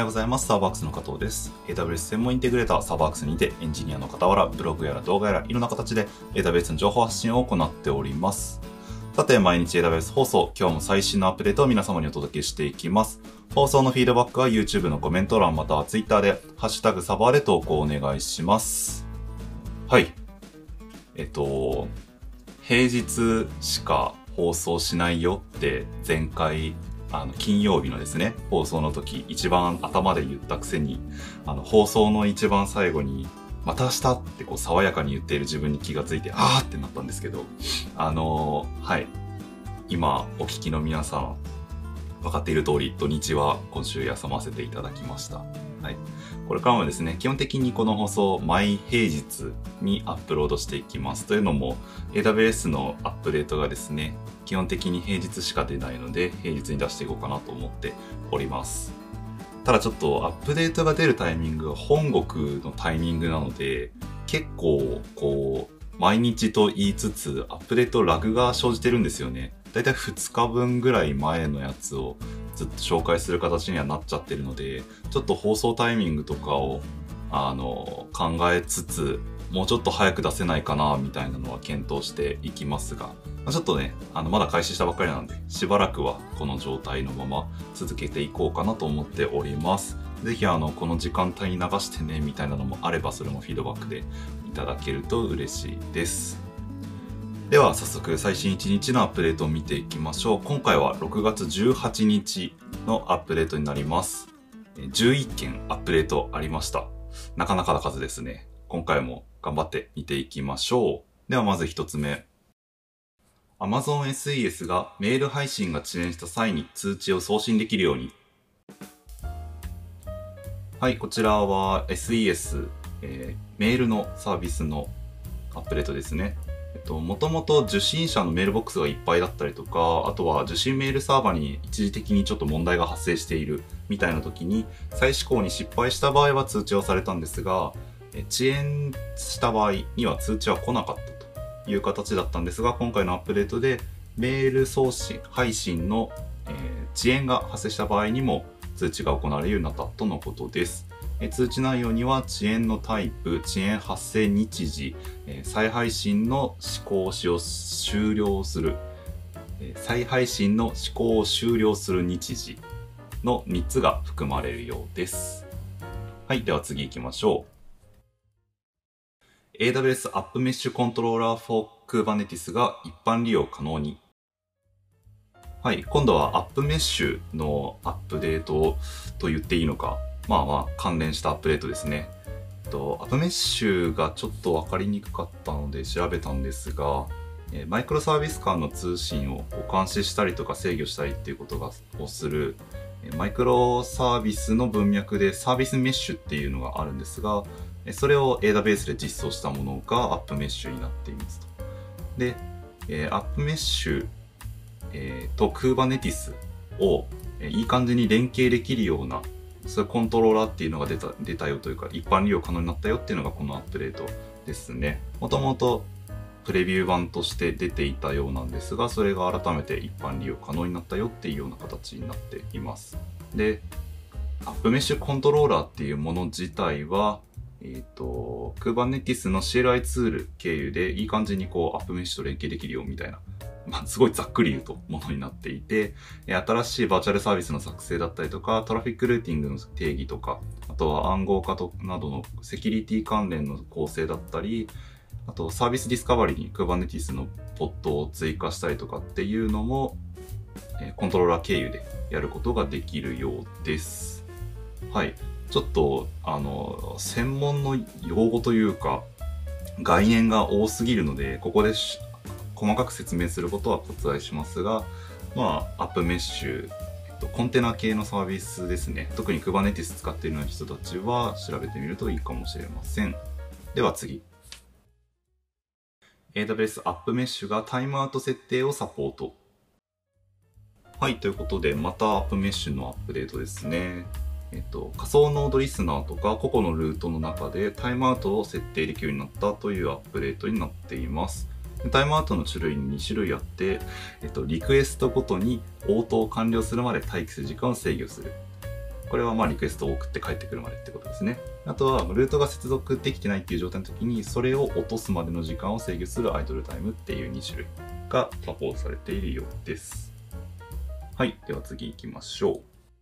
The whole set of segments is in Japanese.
ようございます。サーバークスの加藤です。AWS 専門インテグレーターサーバークスにてエンジニアの傍ら、ブログやら動画やらいろんな形で AWS の情報発信を行っております。さて、毎日 AWS 放送、今日も最新のアップデートを皆様にお届けしていきます。放送のフィードバックは YouTube のコメント欄または Twitter でハッシュタグサバーで投稿お願いします。はい。平日しか放送しないよって前回金曜日のですね、放送の時、一番頭で言ったくせに、放送の一番最後に、また明日ってこう爽やかに言っている自分に気がついて、あーってなったんですけど、はい。今、お聞きの皆さん、分かっている通り、土日は今週休ませていただきました。はい。これからもですね、基本的にこの放送、毎平日にアップロードしていきます。というのも、AWS のアップデートがですね、基本的に平日しか出ないので、平日に出していこうかなと思っております。ただちょっとアップデートが出るタイミングが本国のタイミングなので、結構、毎日と言いつつ、アップデートラグが生じてるんですよね。だいたい2日分ぐらい前のやつをずっと紹介する形にはなっちゃってるので、ちょっと放送タイミングとかを、考えつつ、もうちょっと早く出せないかな、みたいなのは検討していきますが、ちょっとね、まだ開始したばっかりなので、しばらくはこの状態のまま続けていこうかなと思っております。ぜひこの時間帯に流してね、みたいなのもあれば、それもフィードバックでいただけると嬉しいです。では早速最新1日のアップデートを見ていきましょう。今回は6月18日のアップデートになります。11件アップデートありました。なかなかな数ですね。今回も頑張って見ていきましょう。ではまず1つ目。Amazon SES がメール配信が遅延した際に通知を送信できるように。はい、こちらは SES、メールのサービスのアップデートですね。もともと受信者のメールボックスがいっぱいだったりとか、あとは受信メールサーバーに一時的にちょっと問題が発生しているみたいな時に、再試行に失敗した場合は通知をされたんですが、遅延した場合には通知は来なかったという形だったんですが、今回のアップデートでメール送信、配信の、遅延が発生した場合にも通知が行われるようになったとのことです。通知内容には遅延のタイプ、遅延発生日時、再配信の試行を終了する、再配信の試行を終了する日時の3つが含まれるようです。はい、では次行きましょう。AWS App Mesh Controller for Kubernetes が一般利用可能に。はい、今度は App Mesh のアップデートと言っていいのか、関連したアップデートですね。アップメッシュがちょっと分かりにくかったので調べたんですが、マイクロサービス間の通信を監視したりとか制御したりっていうことをする、マイクロサービスの文脈でサービスメッシュっていうのがあるんですが、それを AWS で実装したものがアップメッシュになっていますと。で、アップメッシュ、と Kubernetes をいい感じに連携できるようなそういうコントローラーっていうのが出たよというか、一般利用可能になったよっていうのがこのアップデートですね。もともとプレビュー版として出ていたようなんですが、それが改めて一般利用可能になったよっていうような形になっています。で、アップメッシュコントローラーっていうもの自体は、Kubernetes の CLI ツール経由でいい感じにアップメッシュと連携できるよみたいな、すごいざっくり言うとものになっていて、新しいバーチャルサービスの作成だったりとか、トラフィックルーティングの定義とか、あとは暗号化などのセキュリティ関連の構成だったり、あとサービスディスカバリーに Kubernetes のポットを追加したりとかっていうのも、コントローラー経由でやることができるようです。はい。ちょっと、専門の用語というか、概念が多すぎるので、ここで細かく説明することは割愛しますが、アップメッシュ、コンテナ系のサービスですね。特に Kubernetes 使っているような人たちは調べてみるといいかもしれません。では次。AWS アップメッシュがタイムアウト設定をサポート。はい、ということで、またアップメッシュのアップデートですね。仮想ノードリスナーとか個々のルートの中でタイムアウトを設定できるようになったというアップデートになっています。タイムアウトの種類に2種類あって、リクエストごとに応答を完了するまで待機する時間を制御する。 これはまあリクエストを送って帰ってくるまでってことですね。あとはルートが接続できてないっていう状態の時にそれを落とすまでの時間を制御するアイドルタイムっていう2種類がサポートされているようです。はい、では次行きましょう。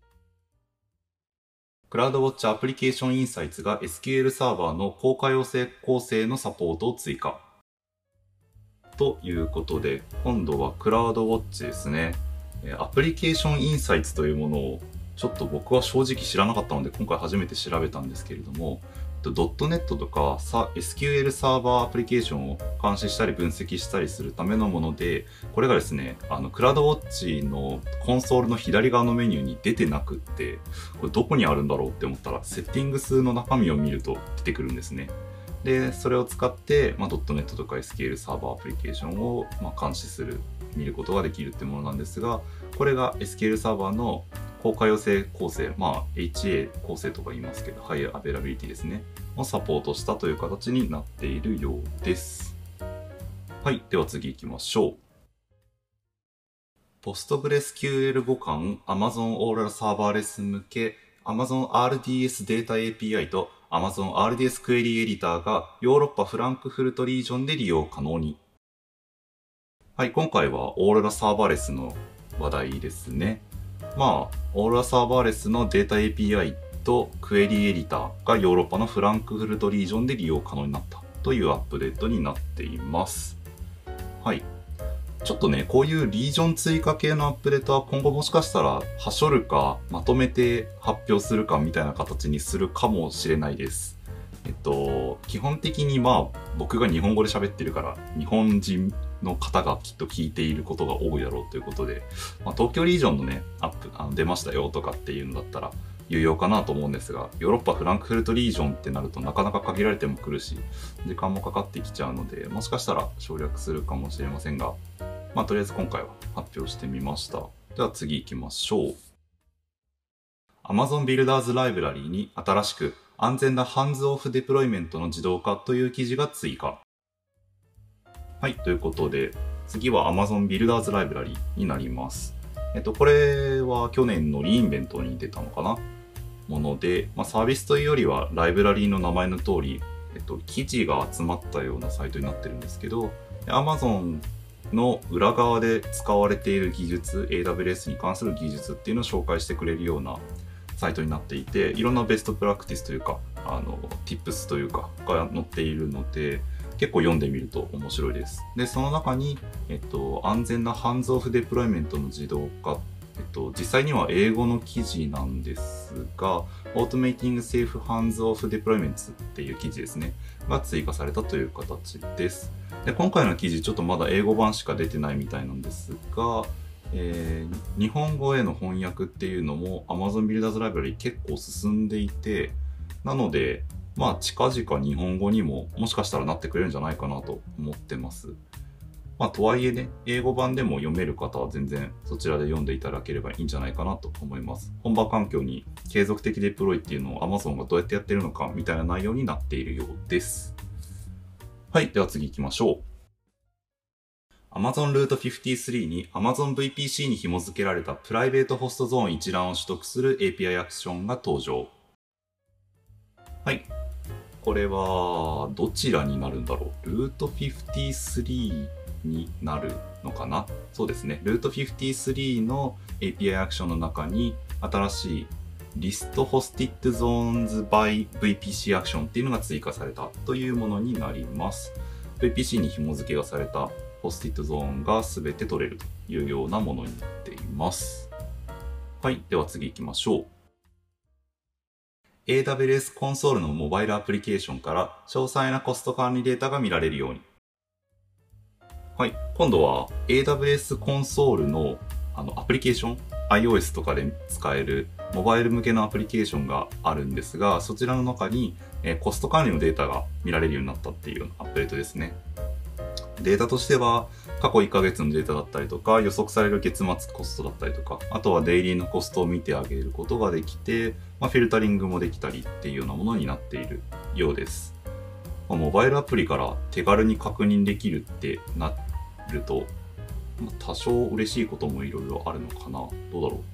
クラウドウォッチアプリケーションインサイツが SQL サーバーの高可用性構成のサポートを追加。ということで、今度はクラウドウォッチですね。アプリケーションインサイツというものをちょっと僕は正直知らなかったので今回初めて調べたんですけれども、.NET とかSQL サーバーアプリケーションを監視したり分析したりするためのもので、これがですね、クラウドウォッチのコンソールの左側のメニューに出てなくって、これどこにあるんだろうって思ったら、セッティングスの中身を見ると出てくるんですね。で、それを使って、.NET とか SQL サーバーアプリケーションを監視する、見ることができるってものなんですが、これが SQL サーバーの高可用性構成、HA 構成とか言いますけど、ハイアベラビリティですね、をサポートしたという形になっているようです。はい、では次行きましょう。PostgreSQL 互換 Amazon Aurora サーバーレス向け Amazon RDS データ API と Amazon RDS クエリエディターがヨーロッパフランクフルトリージョンで利用可能に。はい、今回は Aurora サーバーレスの話題ですね。Aurora サーバーレスのデータ API とクエリエディターがヨーロッパのフランクフルトリージョンで利用可能になったというアップデートになっています。はい。ちょっとね、こういうリージョン追加系のアップデートは今後もしかしたら、はしょるか、まとめて発表するかみたいな形にするかもしれないです。基本的に僕が日本語で喋ってるから、日本人の方がきっと聞いていることが多いだろうということで、東京リージョンのね、アップ、出ましたよとかっていうのだったら、有用かなと思うんですが、ヨーロッパフランクフルトリージョンってなるとなかなか限られてもくるし、時間もかかってきちゃうので、もしかしたら省略するかもしれませんが、とりあえず今回は発表してみました。では次行きましょう。Amazon Builders Library に新しく安全なハンズオフデプロイメントの自動化という記事が追加。はい、ということで、次は Amazon Builders Library になります。これは去年のリインベントに出たのかなもので、サービスというよりはライブラリーの名前の通り、記事が集まったようなサイトになってるんですけど、Amazon の裏側で使われている技術、AWS に関する技術っていうのを紹介してくれるようなサイトになっていて、いろんなベストプラクティスというか、tips というかが載っているので、結構読んでみると面白いです。で、その中に、安全なハンズオフデプロイメントの自動化、実際には英語の記事なんですが、Automating Safe Hands Off Deployments っていう記事ですね、が追加されたという形です。で、今回の記事ちょっとまだ英語版しか出てないみたいなんですが、日本語への翻訳っていうのも Amazon Builders Library 結構進んでいて、なので、近々日本語にももしかしたらなってくれるんじゃないかなと思ってます。とはいえね、英語版でも読める方は全然そちらで読んでいただければいいんじゃないかなと思います。本場環境に継続的デプロイっていうのを Amazon がどうやってやってるのかみたいな内容になっているようです。はい、では次行きましょう。Amazon Route 53に Amazon VPC に紐付けられたプライベートホストゾーン一覧を取得する API アクションが登場。はい。これは、どちらになるんだろう。Route 53になるのかな。そうですね。Route 53の API アクションの中に新しい List Hosted Zones by VPC アクションっていうのが追加されたというものになります。VPC に紐付けがされたホスティッドゾーンが全て取れるというようなものになっています。はい。では次行きましょう。AWS コンソールのモバイルアプリケーションから詳細なコスト管理データが見られるように。はい。今度は AWS コンソールのアプリケーション、iOS とかで使えるモバイル向けのアプリケーションがあるんですが、そちらの中にコスト管理のデータが見られるようになったっていうアップデートですね。データとしては過去1ヶ月のデータだったりとか予測される月末コストだったりとか、あとはデイリーのコストを見てあげることができて、フィルタリングもできたりっていうようなものになっているようです。モバイルアプリから手軽に確認できるってなると、多少嬉しいこともいろいろあるのかな。どうだろ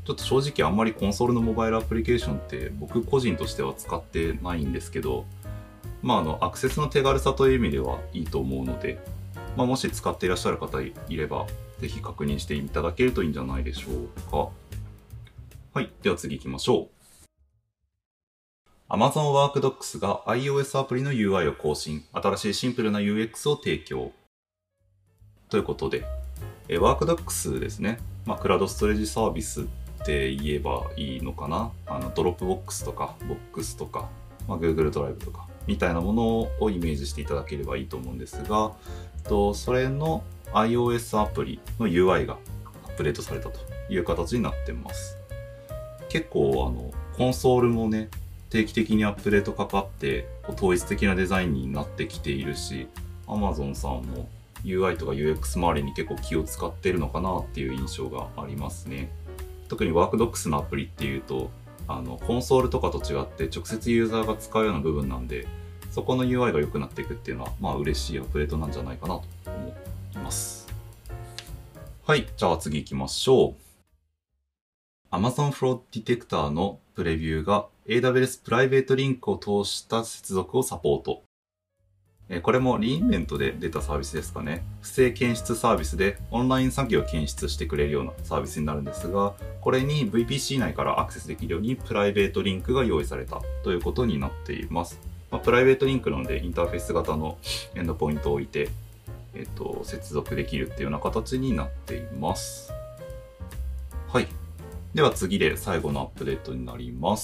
ちょっと正直あんまりコンソールのモバイルアプリケーションって僕個人としては使ってないんですけど、アクセスの手軽さという意味ではいいと思うので、もし使っていらっしゃる方いれば、ぜひ確認していただけるといいんじゃないでしょうか。はい。では次行きましょう。Amazon WorkDocs が iOS アプリの UI を更新。新しいシンプルな UX を提供。ということで、WorkDocs ですね。クラウドストレージサービスって言えばいいのかな。ドロップボックスとか、ボックスとか、Google ドライブとか、みたいなものをイメージしていただければいいと思うんですが、それの iOS アプリの UI がアップデートされたという形になってます。結構コンソールもね、定期的にアップデートかかって統一的なデザインになってきているし、Amazon さんも UI とか UX 周りに結構気を使ってるのかなっていう印象がありますね。特に WorkDocs のアプリっていうと、コンソールとかと違って直接ユーザーが使うような部分なんで、そこの UI が良くなっていくっていうのは、嬉しいアップデートなんじゃないかなと思います。はい、じゃあ次行きましょう。Amazon Fraud Detector のプレビューが AWS プライベートリンクを通した接続をサポート。これもリインベントで出たサービスですかね。不正検出サービスでオンライン詐欺を検出してくれるようなサービスになるんですが、これに VPC 内からアクセスできるようにプライベートリンクが用意されたということになっています。プライベートリンクなのでインターフェース型のエンドポイントを置いて、接続できるっていうような形になっています。はい。では次で最後のアップデートになります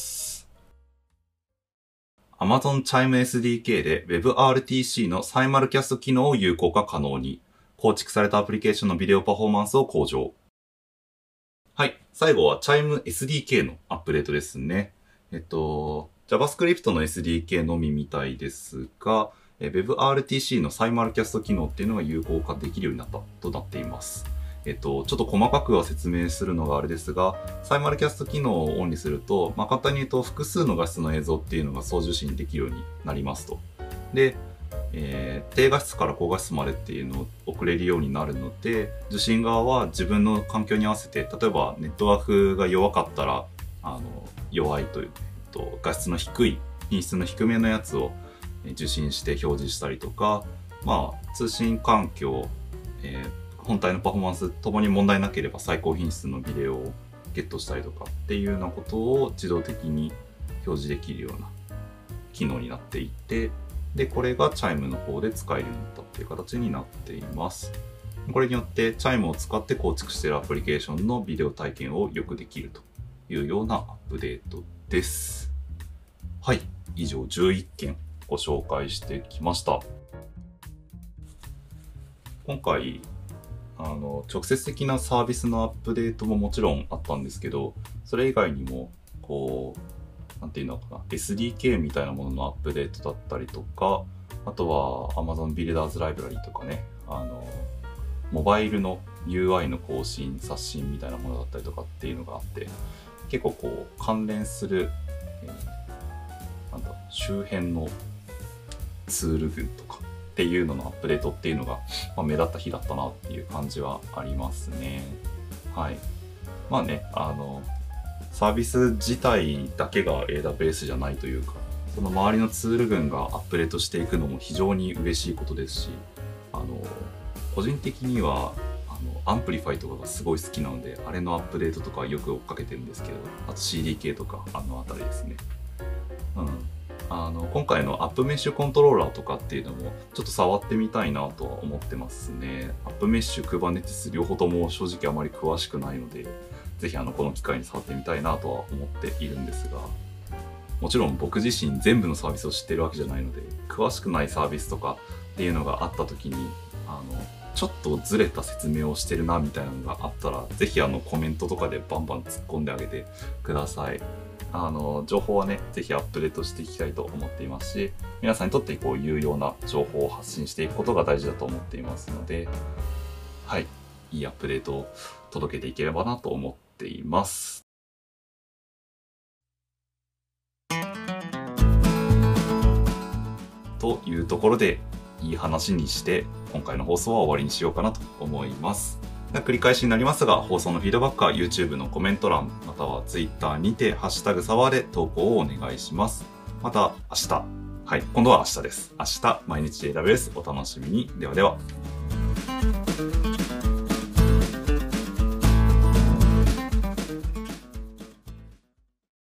。Amazon Chime SDK で WebRTC のサイマルキャスト機能を有効化可能に、構築されたアプリケーションのビデオパフォーマンスを向上。はい。最後は Chime SDK のアップデートですね。JavaScript の SDK のみみたいですが、WebRTC のサイマルキャスト機能っていうのが有効化できるようになったとなっています。ちょっと細かくは説明するのがあれですが、サイマルキャスト機能をオンにすると、簡単に言うと複数の画質の映像っていうのが送受信できるようになりますと。で、低画質から高画質までっていうのを送れるようになるので、受信側は自分の環境に合わせて、例えばネットワークが弱かったら、弱いという、画質の低い、品質の低めのやつを受信して表示したりとか、通信環境、本体のパフォーマンスともに問題なければ最高品質のビデオをゲットしたりとかっていうようなことを自動的に表示できるような機能になっていて、で、これが Chime の方で使えるようになったっていう形になっています。これによって Chime を使って構築しているアプリケーションのビデオ体験をよくできるというようなアップデートです。はい。以上11件ご紹介してきました。今回、直接的なサービスのアップデートももちろんあったんですけど、それ以外にも、なんていうのかな、SDK みたいなもののアップデートだったりとか、あとは Amazon Builders Library とかね、モバイルの UI の更新、刷新みたいなものだったりとかっていうのがあって、結構関連する、周辺のツール群とかっていうののアップデートっていうのが、目立った日だったなっていう感じはありますね。はい。サービス自体だけが AWS じゃないというか、その周りのツール群がアップデートしていくのも非常に嬉しいことですし、個人的にはアンプリファイとかがすごい好きなので、あれのアップデートとかよく追っかけてるんですけど、あと CDK とかあたりですね。今回のアップメッシュコントローラーとかっていうのもちょっと触ってみたいなとは思ってますね。アップメッシュ、Kubernetes 両方とも正直あまり詳しくないので、ぜひこの機会に触ってみたいなとは思っているんですが、もちろん僕自身全部のサービスを知ってるわけじゃないので、詳しくないサービスとかっていうのがあった時に、ちょっとずれた説明をしてるなみたいなのがあったら、ぜひコメントとかでバンバン突っ込んであげてください。情報はね、ぜひアップデートしていきたいと思っていますし、皆さんにとって有用な情報を発信していくことが大事だと思っていますので、はい、いいアップデートを届けていければなと思っています。というところで、いい話にして、今回の放送は終わりにしようかなと思います。 繰り返しになりますが、放送のフィードバックは YouTube のコメント欄、または Twitter にて、ハッシュタグサワーで投稿をお願いします。また明日、はい、今度は明日です。明日、毎日 AWS お楽しみに。ではでは。